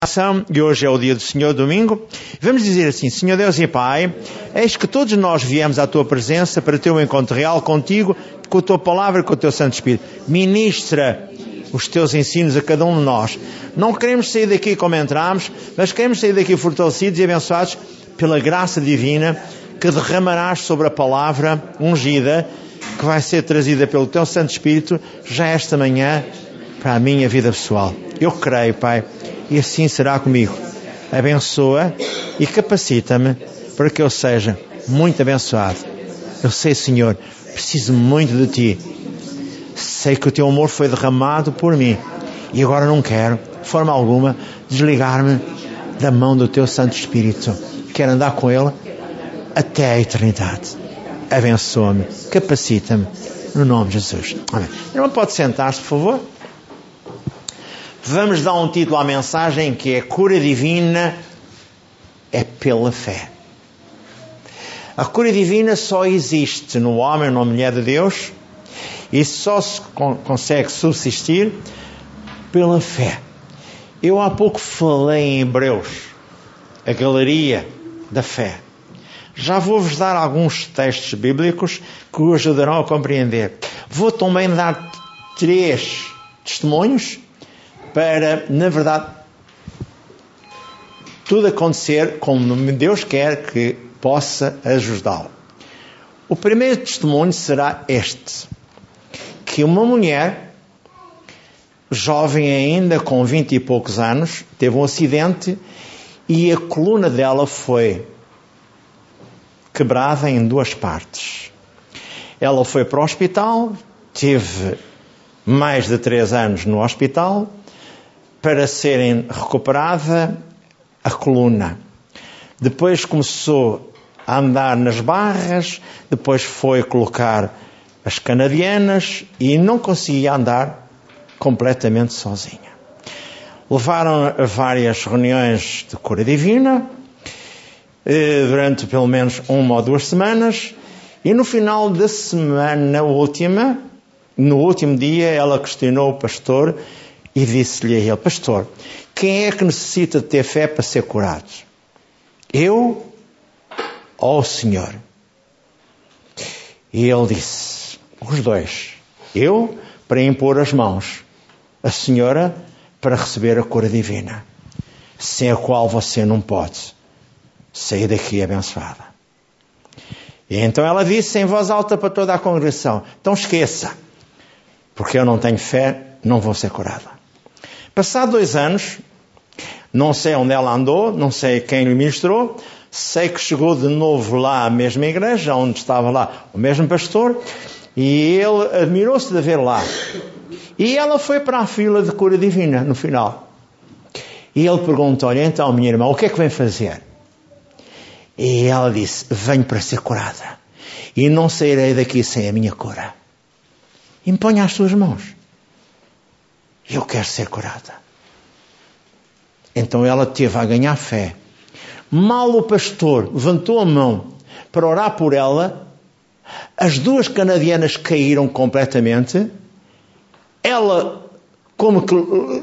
E hoje é o dia do Senhor, domingo. Vamos dizer assim: Senhor Deus e Pai, eis que todos nós viemos à Tua presença para ter um encontro real contigo, com a Tua palavra e com o Teu Santo Espírito. Ministra os Teus ensinos a cada um de nós. Não queremos sair daqui como entramos, mas queremos sair daqui fortalecidos e abençoados pela graça divina que derramarás sobre a palavra ungida, que vai ser trazida pelo Teu Santo Espírito já esta manhã para a minha vida pessoal. Eu creio, Pai, e assim será comigo. Abençoa e capacita-me para que eu seja muito abençoado. Eu sei, Senhor, preciso muito de Ti. Sei que o Teu amor foi derramado por mim e agora não quero, de forma alguma, desligar-me da mão do Teu Santo Espírito. Quero andar com Ele até a eternidade. Abençoa-me, capacita-me, no nome de Jesus. Amém. Irmão, pode sentar-se, por favor. Vamos dar um título à mensagem que é: cura divina é pela fé. A cura divina só existe no homem ou na mulher de Deus e só se consegue subsistir pela fé. Eu há pouco falei em Hebreus, a galeria da fé. Já vou-vos dar alguns textos bíblicos que o ajudarão a compreender. Vou também dar 3 testemunhos para, na verdade, tudo acontecer como Deus quer que possa ajudá-lo. O primeiro testemunho será este: que uma mulher, jovem ainda, com 20 e poucos anos, teve um acidente e a coluna dela foi quebrada em 2 partes. Ela foi para o hospital, teve mais de 3 anos no hospital para serem recuperada a coluna. Depois começou a andar nas barras, depois foi colocar as canadianas e não conseguia andar completamente sozinha. Levaram a várias reuniões de cura divina durante pelo menos 1 ou 2 semanas, e no final da semana última, no último dia, ela questionou o pastor e disse-lhe a ele: pastor, quem é que necessita de ter fé para ser curado? Eu ou o Senhor? E ele disse: os dois. Eu para impor as mãos, a senhora para receber a cura divina, sem a qual você não pode sair daqui abençoada. E então ela disse em voz alta para toda a congregação: então esqueça, porque eu não tenho fé, não vou ser curada. Passado 2 anos, não sei onde ela andou, não sei quem lhe ministrou, sei que chegou de novo lá à mesma igreja, onde estava lá o mesmo pastor, e ele admirou-se de ver lá. E ela foi para a fila de cura divina, no final. E ele perguntou-lhe: então, minha irmã, o que é que vem fazer? E ela disse: venho para ser curada, e não sairei daqui sem a minha cura. Imponha as suas mãos. Eu quero ser curada. Então ela teve a ganhar fé. Mal o pastor levantou a mão para orar por ela, as 2 canadianas caíram completamente. Ela, como que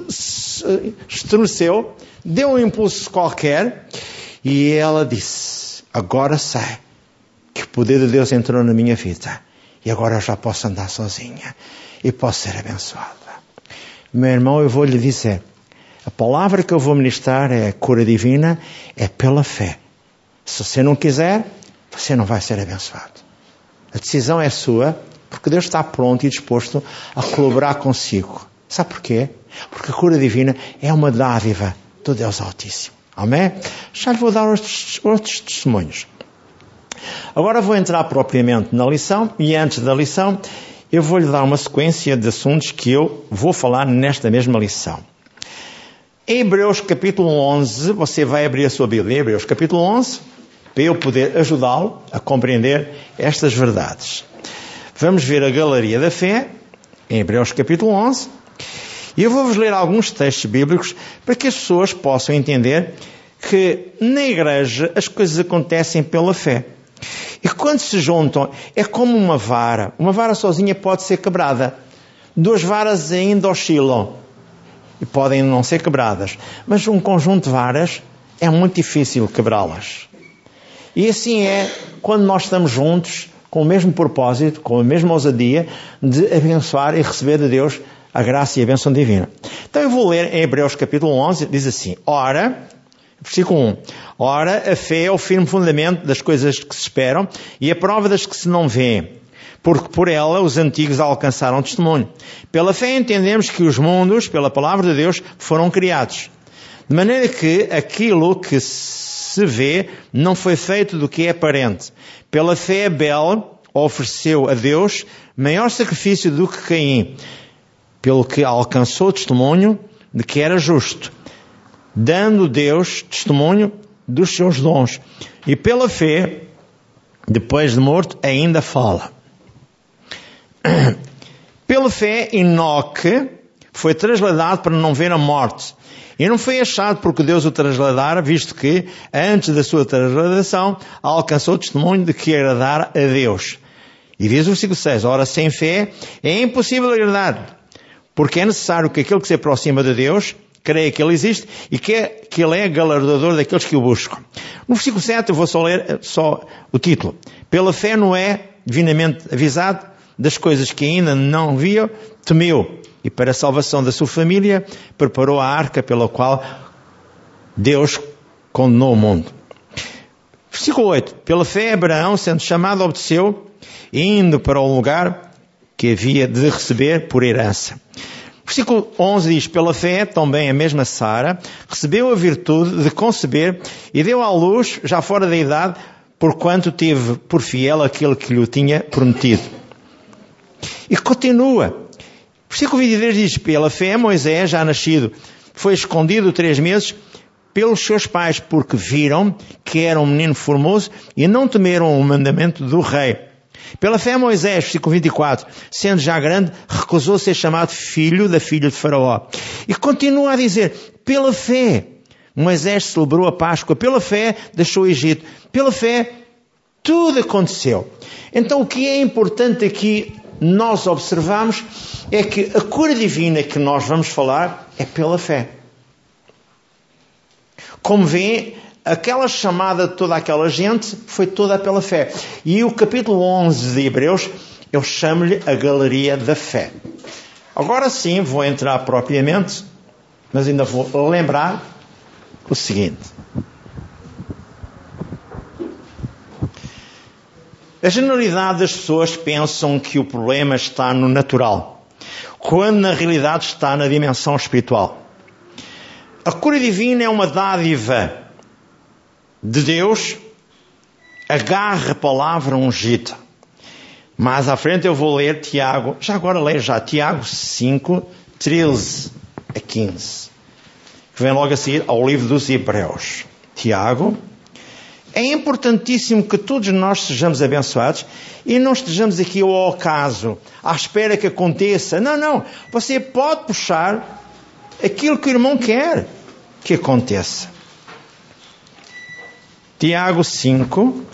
estremeceu, deu um impulso qualquer, e ela disse: agora sei que o poder de Deus entrou na minha vida, e agora eu já posso andar sozinha e posso ser abençoada. Meu irmão, eu vou lhe dizer, a palavra que eu vou ministrar é cura divina, é pela fé. Se você não quiser, você não vai ser abençoado. A decisão é sua, porque Deus está pronto e disposto a colaborar consigo. Sabe porquê? Porque a cura divina é uma dádiva do Deus Altíssimo. Amém? Já lhe vou dar outros testemunhos. Agora vou entrar propriamente na lição, e antes da lição eu vou-lhe dar uma sequência de assuntos que eu vou falar nesta mesma lição. Em Hebreus capítulo 11, você vai abrir a sua Bíblia, em Hebreus capítulo 11, para eu poder ajudá-lo a compreender estas verdades. Vamos ver a galeria da fé, em Hebreus capítulo 11, e eu vou-vos ler alguns textos bíblicos para que as pessoas possam entender que na igreja as coisas acontecem pela fé. E quando se juntam, é como uma vara. Uma vara sozinha pode ser quebrada. 2 varas ainda oscilam. e podem não ser quebradas, mas um conjunto de varas é muito difícil quebrá-las. E assim é quando nós estamos juntos com o mesmo propósito, com a mesma ousadia de abençoar e receber de Deus a graça e a bênção divina. Então eu vou ler em Hebreus capítulo 11, diz assim: ora, versículo 1, ora, a fé é o firme fundamento das coisas que se esperam e a prova das que se não vêem, porque por ela os antigos alcançaram testemunho. Pela fé entendemos que os mundos, pela palavra de Deus, foram criados, de maneira que aquilo que se vê não foi feito do que é aparente. Pela fé Abel ofereceu a Deus maior sacrifício do que Caim, pelo que alcançou testemunho de que era justo, dando Deus testemunho dos seus dons. E pela fé, depois de morto, ainda fala. Pela fé, Enoque foi trasladado para não ver a morte. E não foi achado porque Deus o trasladara, visto que, antes da sua trasladação, alcançou testemunho de que agradara a Deus. E diz o versículo 6, ora, sem fé é impossível agradar, porque é necessário que aquele que se aproxima de Deus creia que Ele existe e que Ele é galardoador daqueles que o buscam. No versículo 7 eu vou só ler o título. Pela fé Noé, divinamente avisado das coisas que ainda não via, temeu e para a salvação da sua família preparou a arca pela qual Deus condenou o mundo. Versículo 8. Pela fé Abraão, sendo chamado, obedeceu, indo para o lugar que havia de receber por herança. Versículo 11 diz, pela fé, também a mesma Sara, recebeu a virtude de conceber e deu à luz, já fora da idade, porquanto teve por fiel aquele que lhe tinha prometido. E continua. Versículo 22 diz, pela fé Moisés, já nascido, foi escondido 3 meses pelos seus pais, porque viram que era um menino formoso e não temeram o mandamento do rei. Pela fé Moisés, versículo 24, sendo já grande, recusou ser chamado filho da filha de Faraó. E continua a dizer, pela fé Moisés celebrou a Páscoa, pela fé deixou o Egito, pela fé tudo aconteceu. Então o que é importante aqui nós observamos é que a cura divina que nós vamos falar é pela fé. Como vêem, aquela chamada de toda aquela gente foi toda pela fé. E o capítulo 11 de Hebreus, eu chamo-lhe a galeria da fé. Agora sim, vou entrar propriamente, mas ainda vou lembrar o seguinte. A generalidade das pessoas pensam que o problema está no natural, quando na realidade está na dimensão espiritual. A cura divina é uma dádiva de Deus, agarra a palavra ungida. Mais à frente eu vou ler Tiago, já agora leio já, Tiago 5, 13 a 15. Que vem logo a seguir ao livro dos Hebreus. Tiago, é importantíssimo que todos nós sejamos abençoados e não estejamos aqui ao acaso, à espera que aconteça. Não, você pode puxar aquilo que o irmão quer que aconteça. Tiago 5,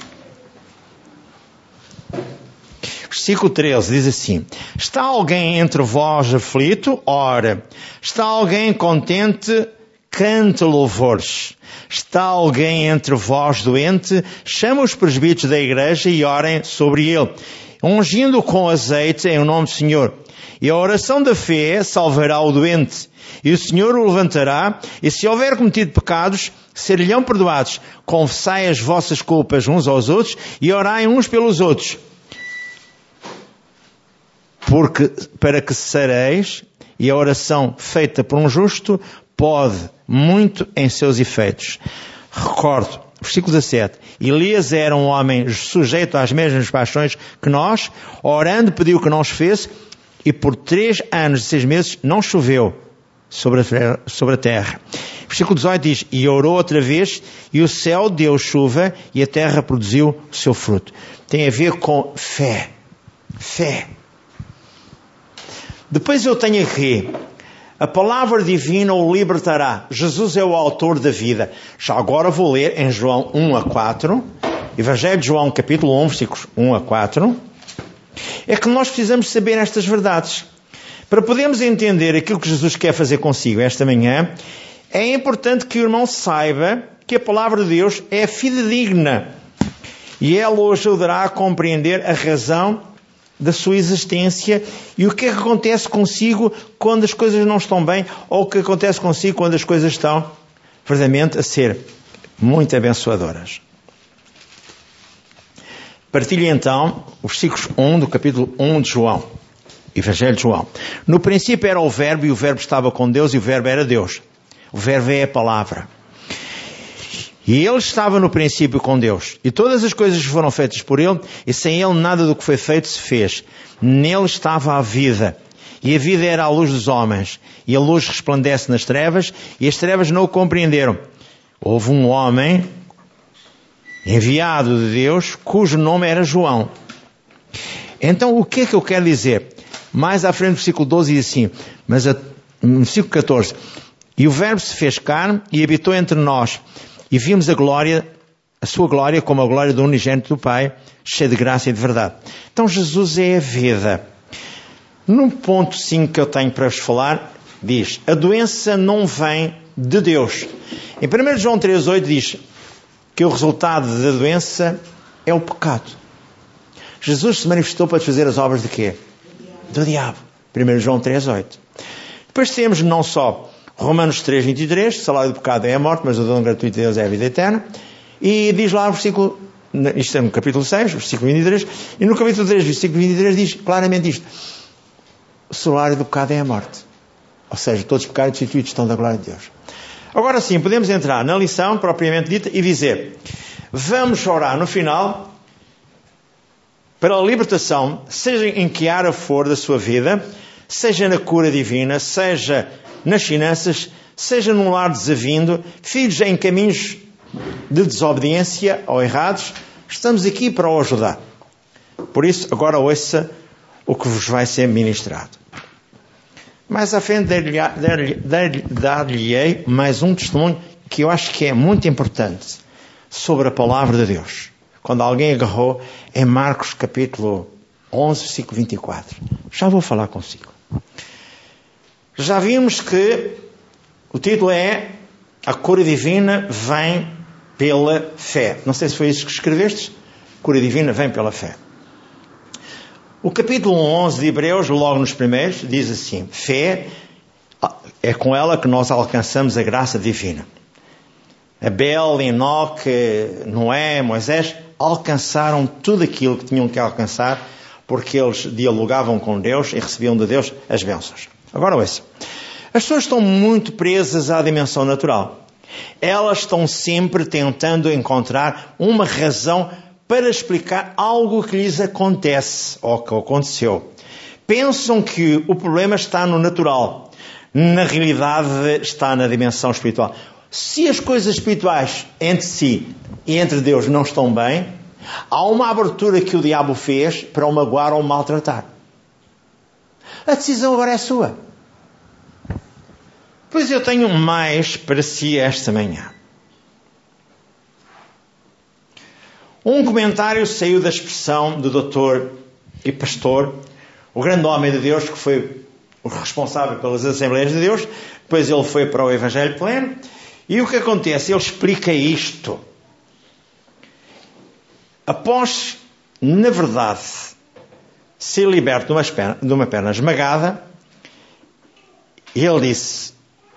versículo 13, diz assim, está alguém entre vós aflito? Ora. Está alguém contente? Cante louvores. Está alguém entre vós doente? Chama os presbíteros da igreja e orem sobre ele, ungindo com azeite em nome do Senhor. E a oração da fé salvará o doente, e o Senhor o levantará, e se houver cometido pecados, ser-lhe-ão perdoados. Confessai as vossas culpas uns aos outros, e orai uns pelos outros, porque para que sareis, e a oração feita por um justo pode muito em seus efeitos. Recordo, versículo 17, Elias era um homem sujeito às mesmas paixões que nós, orando pediu que não chovesse, e por 3 anos e 6 meses não choveu sobre a terra. Versículo 18 diz, e orou outra vez, e o céu deu chuva, e a terra produziu o seu fruto. Tem a ver com fé. Fé. Depois eu tenho aqui, a palavra divina o libertará. Jesus é o autor da vida. Já agora vou ler em João 1 a 4, Evangelho de João capítulo 1, versículos 1 a 4, é que nós precisamos saber estas verdades. Para podermos entender aquilo que Jesus quer fazer consigo esta manhã, é importante que o irmão saiba que a palavra de Deus é fidedigna e ela o ajudará a compreender a razão da sua existência e o que é que acontece consigo quando as coisas não estão bem ou o que acontece consigo quando as coisas estão verdadeiramente a ser muito abençoadoras. Partilho então os versículos 1 do capítulo 1 de João, Evangelho de João. No princípio era o Verbo e o Verbo estava com Deus e o Verbo era Deus. O Verbo é a palavra. E ele estava no princípio com Deus. E todas as coisas foram feitas por ele, e sem ele nada do que foi feito se fez. Nele estava a vida. E a vida era a luz dos homens. E a luz resplandece nas trevas, e as trevas não o compreenderam. Houve um homem enviado de Deus, cujo nome era João. Então, o que é que eu quero dizer? Mais à frente, no versículo 12 diz assim, no versículo 14, e o Verbo se fez carne e habitou entre nós, e vimos a sua glória como a glória do unigênito do Pai, cheio de graça e de verdade. Então Jesus é a vida. No ponto 5 que eu tenho para vos falar, diz, a doença não vem de Deus. Em 1 João 3,8 diz que o resultado da doença é o pecado. Jesus se manifestou para desfazer as obras de quê? Do diabo. 1 João 3,8. Depois temos não só Romanos 3,23, o salário do pecado é a morte, mas o dom gratuito de Deus é a vida eterna. E diz lá o versículo, isto é no capítulo 6, versículo 23, e no capítulo 3, versículo 23 diz claramente isto. O salário do pecado é a morte. Ou seja, todos os pecados destituídos estão da glória de Deus. Agora sim, podemos entrar na lição propriamente dita e dizer, vamos orar no final pela libertação, seja em que área for da sua vida, seja na cura divina, seja nas finanças, seja num lar desavindo, filhos em caminhos de desobediência ou errados, estamos aqui para o ajudar. Por isso, agora ouça o que vos vai ser ministrado. Mais à frente dar-lhe-ei mais um testemunho que eu acho que é muito importante sobre a palavra de Deus. Quando alguém agarrou em Marcos capítulo 11, versículo 24. Já vou falar consigo. Já vimos que o título é A Cura Divina Vem pela Fé. Não sei se foi isso que escreveste. Cura Divina Vem pela Fé. O capítulo 11 de Hebreus, logo nos primeiros, diz assim, fé é com ela que nós alcançamos a graça divina. Abel, Enoque, Noé, Moisés alcançaram tudo aquilo que tinham que alcançar porque eles dialogavam com Deus e recebiam de Deus as bênçãos. Agora ouça. As pessoas estão muito presas à dimensão natural. Elas estão sempre tentando encontrar uma razão para explicar algo que lhes acontece ou que aconteceu. Pensam que o problema está no natural. Na realidade está na dimensão espiritual. Se as coisas espirituais entre si e entre Deus não estão bem, há uma abertura que o diabo fez para o magoar ou o maltratar. A decisão agora é sua. Pois eu tenho mais para si esta manhã. Um comentário saiu da expressão do doutor e pastor, o grande homem de Deus, que foi o responsável pelas Assembleias de Deus. Depois ele foi para o Evangelho Pleno. E o que acontece? Ele explica isto. Após, na verdade, ser liberto de uma perna esmagada, ele disse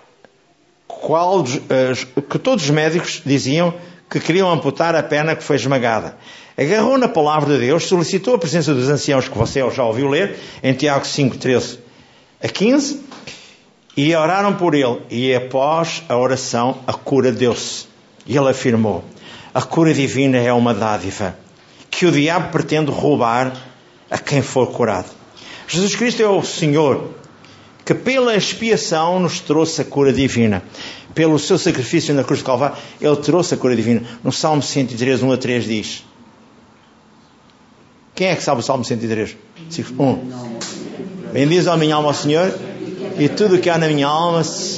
que todos os médicos diziam que queriam amputar a perna que foi esmagada. Agarrou na palavra de Deus, solicitou a presença dos anciãos, que você já ouviu ler, em Tiago 5, 13 a 15, e oraram por ele. E após a oração, a cura deu-se. E ele afirmou, a cura divina é uma dádiva que o diabo pretende roubar a quem for curado. Jesus Cristo é o Senhor, que pela expiação nos trouxe a cura divina. Pelo seu sacrifício na cruz de Calvário, Ele trouxe a cura divina. No Salmo 103, 1 a 3 diz. Quem é que sabe o Salmo 103? 1. Bendiz a minha alma ao Senhor, e tudo o que há na minha alma,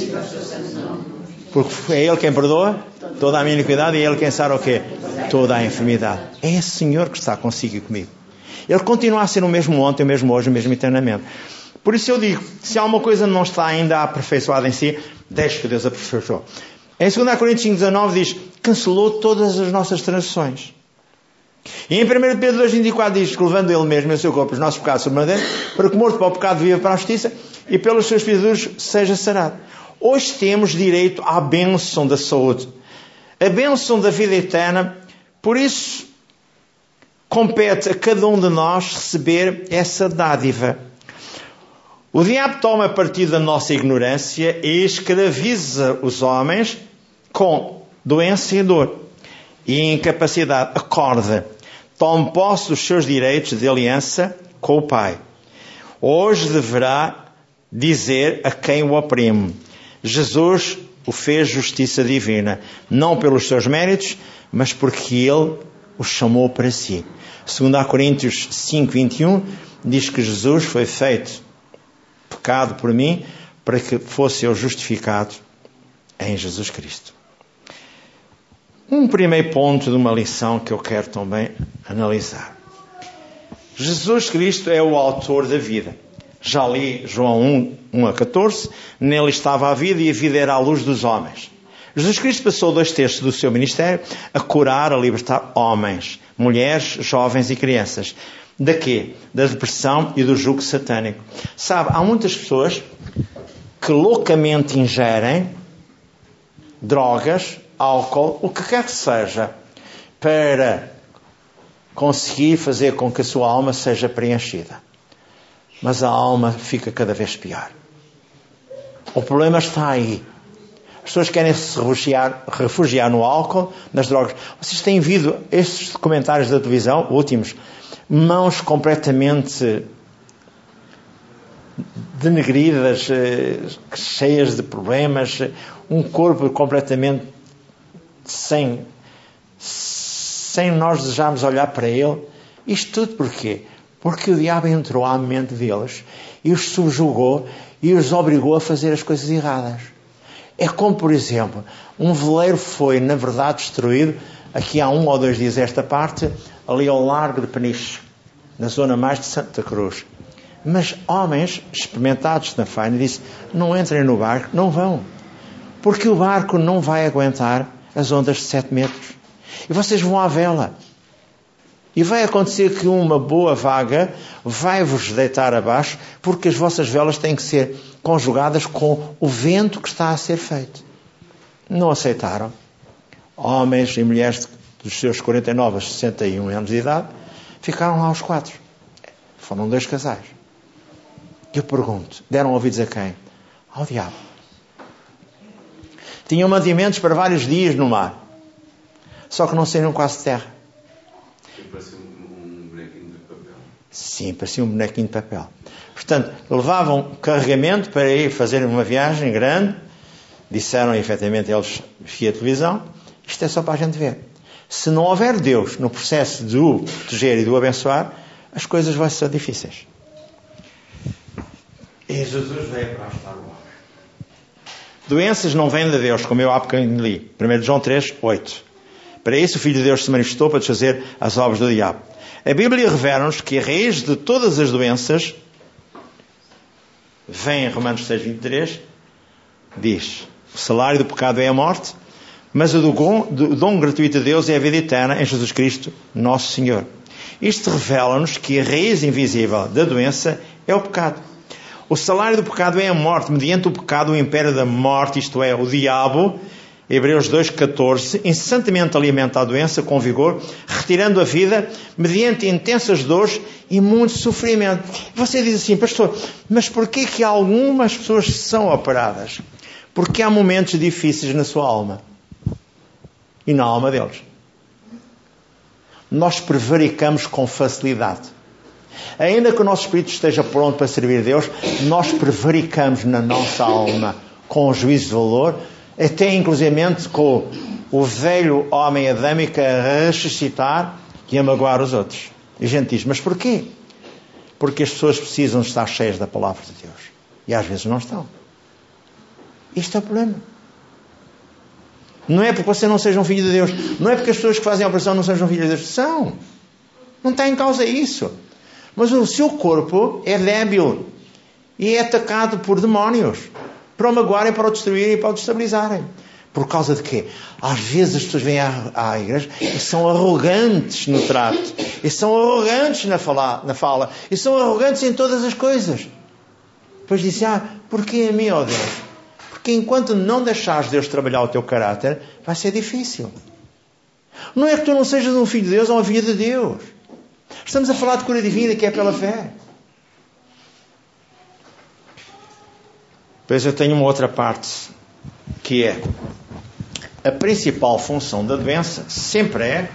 porque é Ele quem perdoa toda a minha iniquidade, e é Ele quem sara o quê? Toda a enfermidade. É esse Senhor que está consigo e comigo. Ele continua a ser o mesmo ontem, o mesmo hoje, o mesmo eternamente. Por isso eu digo, se há uma coisa que não está ainda aperfeiçoada em si, deixe que Deus aperfeiçoe. Em 2 Coríntios 5,19 diz, cancelou todas as nossas transgressões. E em 1 Pedro 2,24 diz que levando Ele mesmo em seu corpo os nossos pecados sobre madeira, para que morto para o pecado viva para a justiça, e pelos seus pisaduras seja sarado. Hoje temos direito à bênção da saúde, a bênção da vida eterna. Por isso compete a cada um de nós receber essa dádiva. O diabo toma partido da nossa ignorância e escraviza os homens com doença e dor e incapacidade. Acorda, tome posse dos seus direitos de aliança com o Pai. Hoje deverá dizer a quem o oprime: Jesus o fez justiça divina, não pelos seus méritos, mas porque Ele o chamou para si. 2 Coríntios 5,21 diz que Jesus foi feito pecado por mim, para que fosse eu justificado em Jesus Cristo. Um primeiro ponto de uma lição que eu quero também analisar. Jesus Cristo é o autor da vida. Já li João 1:14, nele estava a vida e a vida era a luz dos homens. Jesus Cristo passou 2/3 do seu ministério a curar, a libertar homens, mulheres, jovens e crianças. Da quê? Da depressão e do jugo satânico. Sabe, há muitas pessoas que loucamente ingerem drogas, álcool, o que quer que seja, para conseguir fazer com que a sua alma seja preenchida. Mas a alma fica cada vez pior. O problema está aí. As pessoas querem se refugiar no álcool, nas drogas. Vocês têm visto estes comentários da televisão, últimos, mãos completamente denegridas, cheias de problemas, um corpo completamente sem nós desejarmos olhar para ele. Isto tudo porquê? Porque o diabo entrou à mente deles e os subjugou e os obrigou a fazer as coisas erradas. É como, por exemplo, um veleiro foi, na verdade, destruído aqui há 1 ou 2 dias esta parte, ali ao largo de Peniche, na zona mais de Santa Cruz. Mas homens experimentados na faina disse: não entrem no barco, não vão, porque o barco não vai aguentar as ondas de 7 metros. E vocês vão à vela. E vai acontecer que uma boa vaga vai-vos deitar abaixo, porque as vossas velas têm que ser conjugadas com o vento que está a ser feito. Não aceitaram. Homens e mulheres dos seus 49 a 61 anos de idade ficaram lá os 4. Foram 2 casais. Eu pergunto, deram ouvidos a quem? Ao diabo. Tinham mantimentos para vários dias no mar, só que não saíram quase de terra. Parecia um bonequinho de papel. Sim, parecia um bonequinho de papel. Portanto, levavam carregamento para ir fazer uma viagem grande. Disseram, efetivamente, eles via televisão: isto é só para a gente ver. Se não houver Deus no processo de o proteger e de o abençoar, as coisas vão ser difíceis. E Jesus veio para ajudar o homem. Doenças não vêm de Deus, como eu há bocadinho li. 1 João 3:8. Para isso o Filho de Deus se manifestou, para desfazer as obras do diabo. A Bíblia revela-nos que a raiz de todas as doenças vem em Romanos 6:23, diz: o salário do pecado é a morte, mas o dom gratuito de Deus é a vida eterna em Jesus Cristo, nosso Senhor. Isto revela-nos que a raiz invisível da doença é o pecado. O salário do pecado é a morte. Mediante o pecado, o império da morte, isto é, o diabo, Hebreus 2:14, incessantemente alimenta a doença com vigor, retirando a vida mediante intensas dores e muito sofrimento. Você diz assim: pastor, mas porquê que algumas pessoas são operadas? Porque há momentos difíceis na sua alma e na alma deles. Nós prevaricamos com facilidade. Ainda que o nosso espírito esteja pronto para servir a Deus, nós prevaricamos na nossa alma com o juízo de valor, até inclusivamente com o velho homem adâmico a ressuscitar e a magoar os outros. E a gente diz: mas porquê? Porque as pessoas precisam estar cheias da palavra de Deus. E às vezes não estão. Isto é o problema. Não é porque você não seja um filho de Deus. Não é porque as pessoas que fazem a operação não sejam filhos de Deus. São. Não está em causa isso. Mas o seu corpo é débil. e é atacado por demónios para o magoarem, para o destruírem e para o destabilizarem. Por causa de quê? Às vezes as pessoas vêm à igreja e são arrogantes no trato, e são arrogantes na fala, e são arrogantes em todas as coisas. Depois dizem, porquê a mim, ó Deus? Porque enquanto não deixares Deus trabalhar o teu caráter, vai ser difícil. Não é que tu não sejas um filho de Deus ou uma filha de Deus. Estamos a falar de cura divina, que é pela fé. Depois eu tenho uma outra parte, que é a principal função da doença sempre é,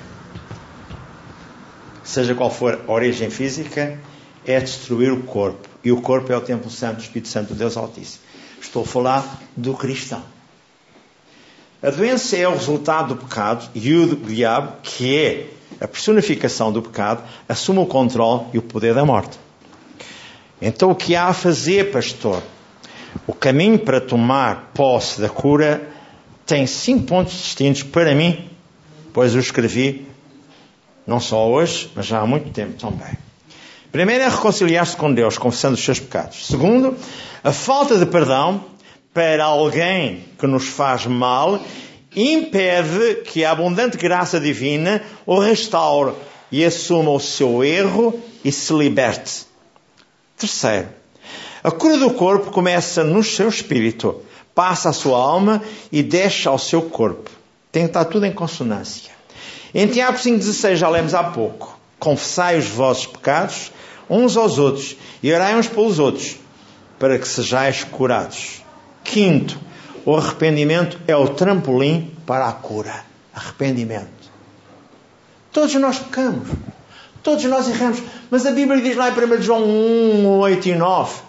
seja qual for a origem física, é destruir o corpo. E o corpo é o templo santo do Espírito Santo de Deus Altíssimo. Estou a falar do cristão. A doença é o resultado do pecado e o diabo, que é a personificação do pecado, assume o controle e o poder da morte. Então o que há a fazer, pastor? O caminho para tomar posse da cura tem 5 pontos distintos para mim, pois o escrevi não só hoje, mas já há muito tempo também. Primeiro é reconciliar-se com Deus, confessando os seus pecados. Segundo, a falta de perdão para alguém que nos faz mal impede que a abundante graça divina o restaure e assuma o seu erro e se liberte. Terceiro, a cura do corpo começa no seu espírito, passa à sua alma e desce ao seu corpo. Tem que estar tudo em consonância. Em Tiago 5,16 já lemos há pouco. Confessai os vossos pecados uns aos outros e orai uns pelos outros, para que sejais curados. Quinto, o arrependimento é o trampolim para a cura. Arrependimento. Todos nós pecamos. Todos nós erramos. Mas a Bíblia diz lá em 1 João 1, 8 e 9...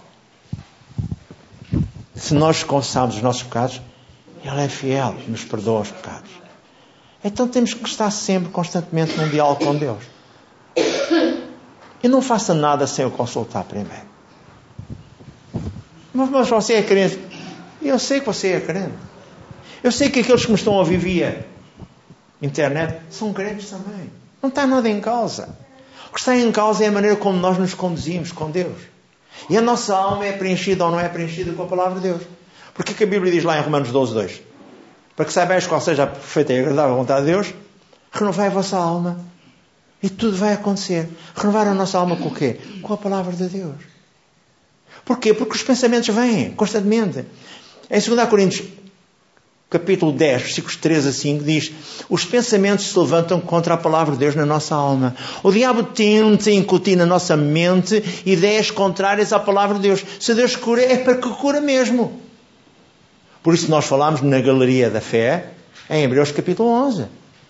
se nós confessarmos os nossos pecados, Ele é fiel e nos perdoa os pecados. Então temos que estar sempre, constantemente, num diálogo com Deus. E não faça nada sem o consultar primeiro. Mas você é crente. Eu sei que você é crente. Eu sei que aqueles que me estão a ouvir via internet são crentes também. Não está nada em causa. O que está em causa é a maneira como nós nos conduzimos com Deus. E a nossa alma é preenchida ou não é preenchida com a palavra de Deus. Porque que a Bíblia diz lá em Romanos 12:2? Para que saibais qual seja a perfeita e agradável vontade de Deus, renovai a vossa alma. E tudo vai acontecer. Renovar a nossa alma com o quê? Com a palavra de Deus. Porquê? Porque os pensamentos vêm constantemente. Em 2 Coríntios, capítulo 10, versículos 3 a 5, diz: os pensamentos se levantam contra a palavra de Deus na nossa alma. O diabo tenta incutir na nossa mente ideias contrárias à palavra de Deus. Se Deus cura, é para que cura mesmo. Por isso nós falamos na Galeria da Fé, em Hebreus capítulo 11.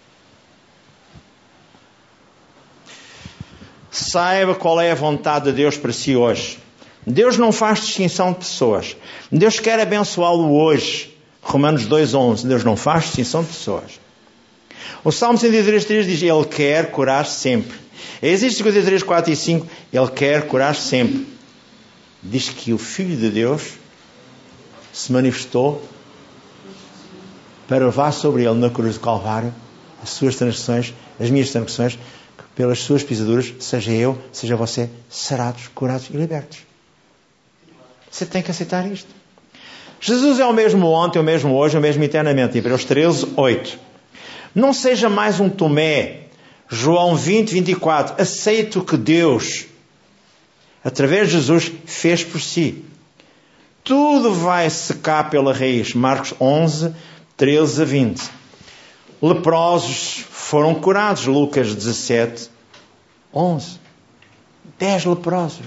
Saiba qual é a vontade de Deus para si hoje. Deus não faz distinção de pessoas. Deus quer abençoá-lo hoje. Romanos 2:11. Deus não faz distinção de pessoas. O Salmo 103:3 diz: Ele quer curar sempre. Existe 53:4 e 5. Ele quer curar sempre. Diz que o Filho de Deus se manifestou para levar sobre ele na cruz do Calvário as suas transgressões, as minhas transgressões, que pelas suas pisaduras, seja eu, seja você, sarados, curados e libertos. Você tem que aceitar isto. Jesus é o mesmo ontem, o mesmo hoje, o mesmo eternamente. Hebreus 13:8. Não seja mais um Tomé. João 20:24. Aceite o que Deus, através de Jesus, fez por si. Tudo vai secar pela raiz. Marcos 11:13 a 20. Leprosos foram curados. Lucas 17:11. 10 leprosos.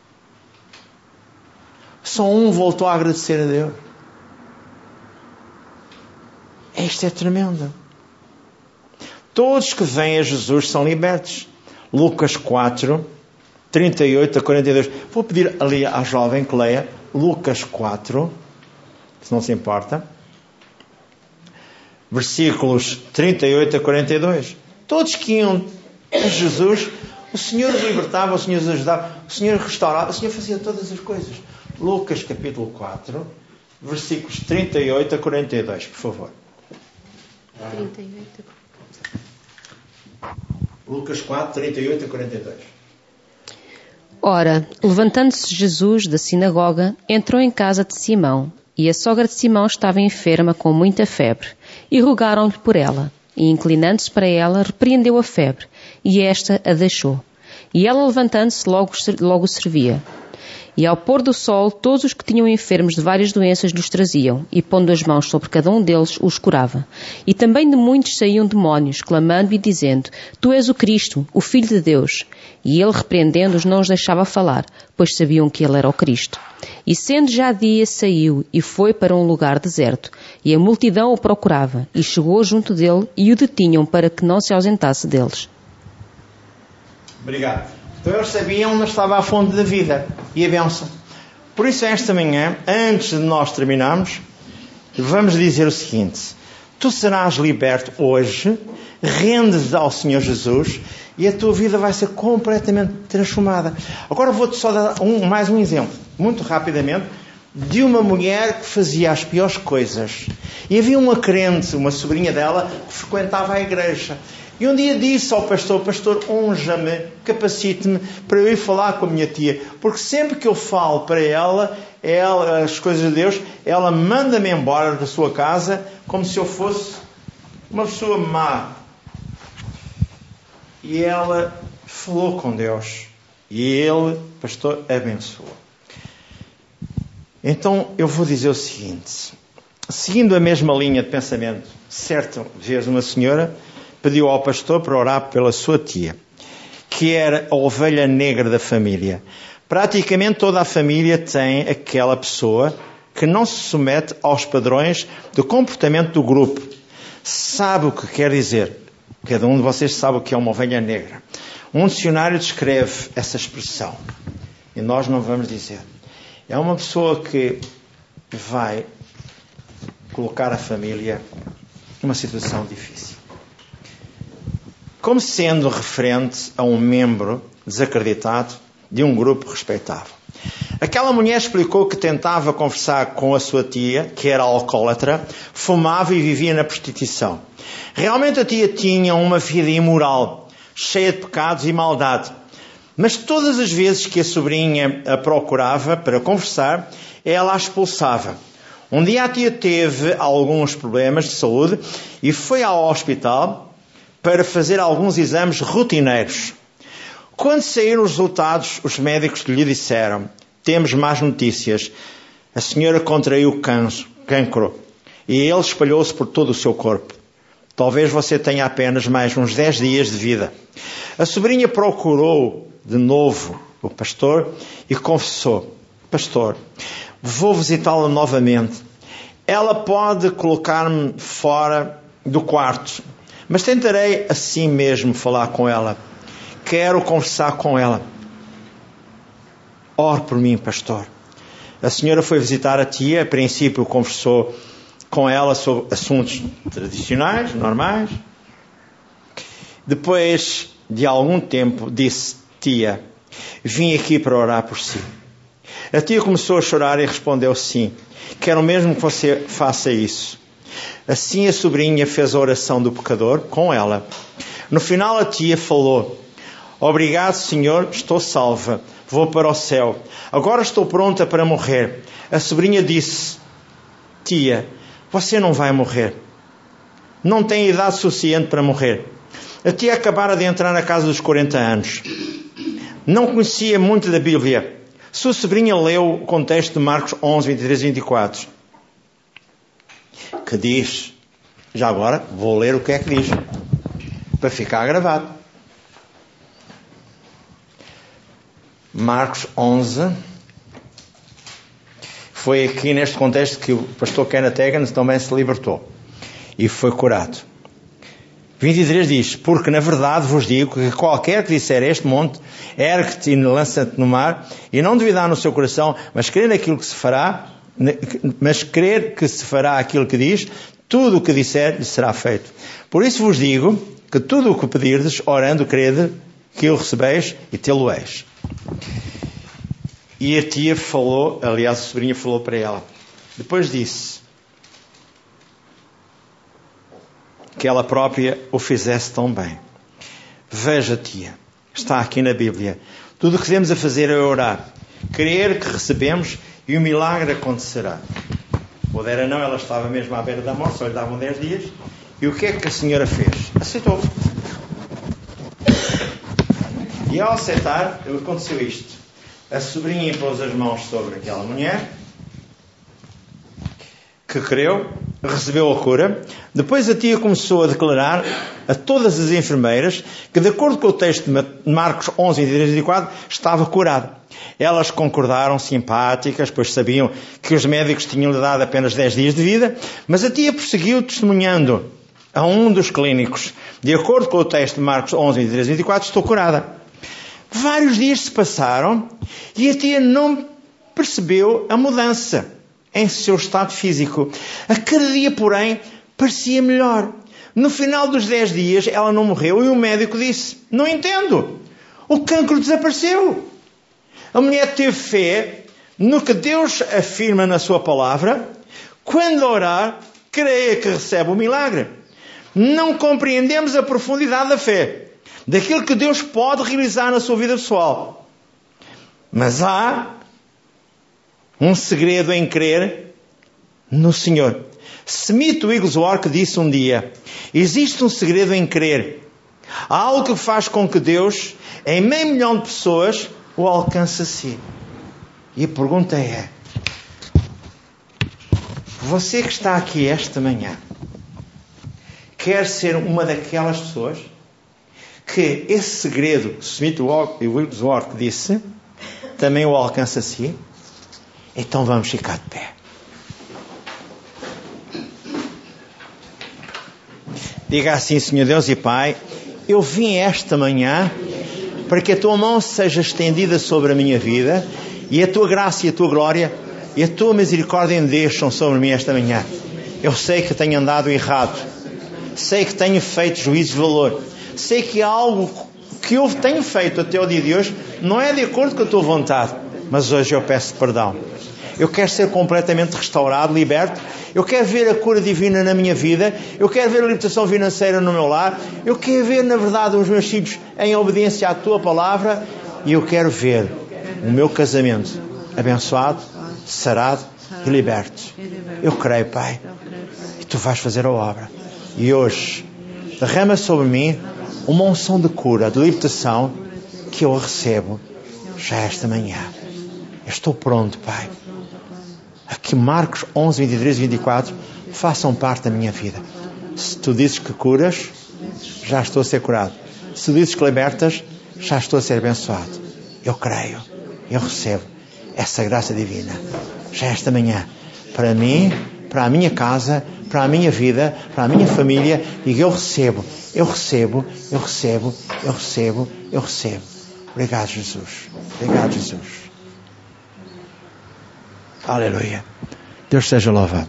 Só um voltou a agradecer a Deus. Isto é tremendo. Todos que vêm a Jesus são libertos. Lucas 4:38 a 42. Vou pedir ali à jovem que leia Lucas 4, se não se importa. Versículos 38 a 42. Todos que iam a Jesus, o Senhor os libertava, o Senhor os ajudava, o Senhor restaurava, o Senhor fazia todas as coisas. Lucas capítulo 4, versículos 38 a 42, por favor. 38. Lucas 4, 38 a 42. Ora, levantando-se Jesus da sinagoga, entrou em casa de Simão, e a sogra de Simão estava enferma com muita febre, e rogaram-lhe por ela. E inclinando-se para ela, repreendeu a febre, e esta a deixou. E ela, levantando-se, logo servia. E ao pôr do sol, todos os que tinham enfermos de várias doenças lhes traziam, e pondo as mãos sobre cada um deles, os curava. E também de muitos saíam demónios, clamando e dizendo: Tu és o Cristo, o Filho de Deus. E ele, repreendendo-os, não os deixava falar, pois sabiam que ele era o Cristo. E sendo já dia, saiu, e foi para um lugar deserto. E a multidão o procurava, e chegou junto dele, e o detinham para que não se ausentasse deles. Obrigado. Então eles sabiam onde estava a fonte da vida e a bênção. Por isso, esta manhã, antes de nós terminarmos, vamos dizer o seguinte: tu serás liberto hoje, rendes ao Senhor Jesus e a tua vida vai ser completamente transformada. Agora vou-te só dar mais um exemplo, muito rapidamente, de uma mulher que fazia as piores coisas. E havia uma crente, uma sobrinha dela, que frequentava a igreja. E um dia disse ao pastor: pastor, unja-me, capacite-me para eu ir falar com a minha tia, porque sempre que eu falo para ela as coisas de Deus, ela manda-me embora da sua casa como se eu fosse uma pessoa má. E ela falou com Deus e ele, pastor, abençoou. Então eu vou dizer o seguinte, seguindo a mesma linha de pensamento, certa vez uma senhora pediu ao pastor para orar pela sua tia, que era a ovelha negra da família. Praticamente toda a família tem aquela pessoa que não se submete aos padrões de comportamento do grupo. Sabe o que quer dizer? Cada um de vocês sabe o que é uma ovelha negra. Um dicionário descreve essa expressão. E nós não vamos dizer. É uma pessoa que vai colocar a família numa situação difícil. Como sendo referente a um membro desacreditado de um grupo respeitável. Aquela mulher explicou que tentava conversar com a sua tia, que era alcoólatra, fumava e vivia na prostituição. Realmente a tia tinha uma vida imoral, cheia de pecados e maldade. Mas todas as vezes que a sobrinha a procurava para conversar, ela a expulsava. Um dia a tia teve alguns problemas de saúde e foi ao hospital para fazer alguns exames rotineiros. Quando saíram os resultados, os médicos lhe disseram: temos más notícias. A senhora contraiu cancro e ele espalhou-se por todo o seu corpo. Talvez você tenha apenas mais uns 10 dias de vida. A sobrinha procurou de novo o pastor e confessou: pastor, vou visitá-la novamente. Ela pode colocar-me fora do quarto, mas tentarei assim mesmo falar com ela. Quero conversar com ela. Ore por mim, pastor. A senhora foi visitar a tia. A princípio conversou com ela sobre assuntos tradicionais, normais. Depois de algum tempo disse: tia, vim aqui para orar por si. A tia começou a chorar e respondeu: sim, quero mesmo que você faça isso. Assim a sobrinha fez a oração do pecador com ela. No final a tia falou: obrigado, Senhor, estou salva. Vou para o céu. Agora estou pronta para morrer. A sobrinha disse: tia, você não vai morrer. Não tem idade suficiente para morrer. A tia acabara de entrar na casa dos 40 anos. Não conhecia muito da Bíblia. Sua sobrinha leu o contexto de Marcos 11, 23 e 24. Que diz, já agora vou ler o que é que diz, para ficar gravado. Marcos 11, foi aqui neste contexto que o pastor Kenneth Hagin também se libertou e foi curado. 23 diz: porque na verdade vos digo que qualquer que disser este monte, ergue-te e lança-te no mar, e não duvidar no seu coração, mas crer naquilo que se fará, mas crer que se fará aquilo que diz, tudo o que disser lhe será feito. Por isso vos digo que tudo o que pedirdes, orando, crede que o recebeis e tê-lo-eis. E a tia falou, aliás a sobrinha falou para ela, depois disse que ela própria o fizesse tão bem. Veja, tia, está aqui na Bíblia, Tudo o que devemos a fazer é orar, crer que recebemos e o milagre acontecerá. Pudera não, ela estava mesmo à beira da morte, só lhe davam 10 dias. E o que é que a senhora fez? Aceitou. E ao aceitar, aconteceu isto. A sobrinha impôs as mãos sobre aquela mulher, que creu, recebeu a cura. Depois a tia começou a declarar a todas as enfermeiras que, de acordo com o texto de Marcos 11, 23 e 24, estava curada. Elas concordaram, simpáticas, pois sabiam que os médicos tinham-lhe dado apenas 10 dias de vida, mas a tia prosseguiu testemunhando a um dos clínicos: de acordo com o texto de Marcos 11, 23 e 24, estou curada. Vários dias se passaram e a tia não percebeu a mudança em seu estado físico. A cada dia, porém, parecia melhor. No final dos 10 dias, ela não morreu e o médico disse: não entendo, o cancro desapareceu. A mulher teve fé no que Deus afirma na sua palavra. Quando orar, creia que recebe o milagre. Não compreendemos a profundidade da fé, daquilo que Deus pode realizar na sua vida pessoal. Mas há um segredo em crer no Senhor. Smith Wigglesworth disse um dia: existe um segredo em crer. Há algo que faz com que Deus, em 500 mil de pessoas, o alcance a si. E a pergunta é: você que está aqui esta manhã, quer ser uma daquelas pessoas que esse segredo, Smith Wigglesworth disse, também o alcança a si? Então vamos ficar de pé. Diga assim: Senhor Deus e Pai, eu vim esta manhã para que a Tua mão seja estendida sobre a minha vida e a Tua graça e a Tua glória e a Tua misericórdia desçam sobre mim esta manhã. Eu sei que tenho andado errado, sei que tenho feito juízos de valor, sei que algo que eu tenho feito até o dia de hoje não é de acordo com a Tua vontade, mas hoje eu peço perdão. Eu quero ser completamente restaurado, liberto. Eu quero ver a cura divina na minha vida. Eu quero ver a libertação financeira no meu lar. Eu quero ver, na verdade, os meus filhos em obediência à Tua palavra. E eu quero ver o meu casamento abençoado, sarado e liberto. Eu creio, Pai, e Tu vais fazer a obra. E hoje, derrama sobre mim uma unção de cura, de libertação, que eu recebo já esta manhã. Eu estou pronto, Pai, a que Marcos 11, 23 e 24 façam parte da minha vida. Se Tu dizes que curas, já estou a ser curado. Se Tu dizes que libertas, já estou a ser abençoado. Eu creio, eu recebo essa graça divina já esta manhã, para mim, para a minha casa, para a minha vida, para a minha família. E eu recebo, eu recebo, eu recebo, eu recebo, eu recebo. Obrigado, Jesus. Obrigado, Jesus. Aleluia. Deus seja louvado.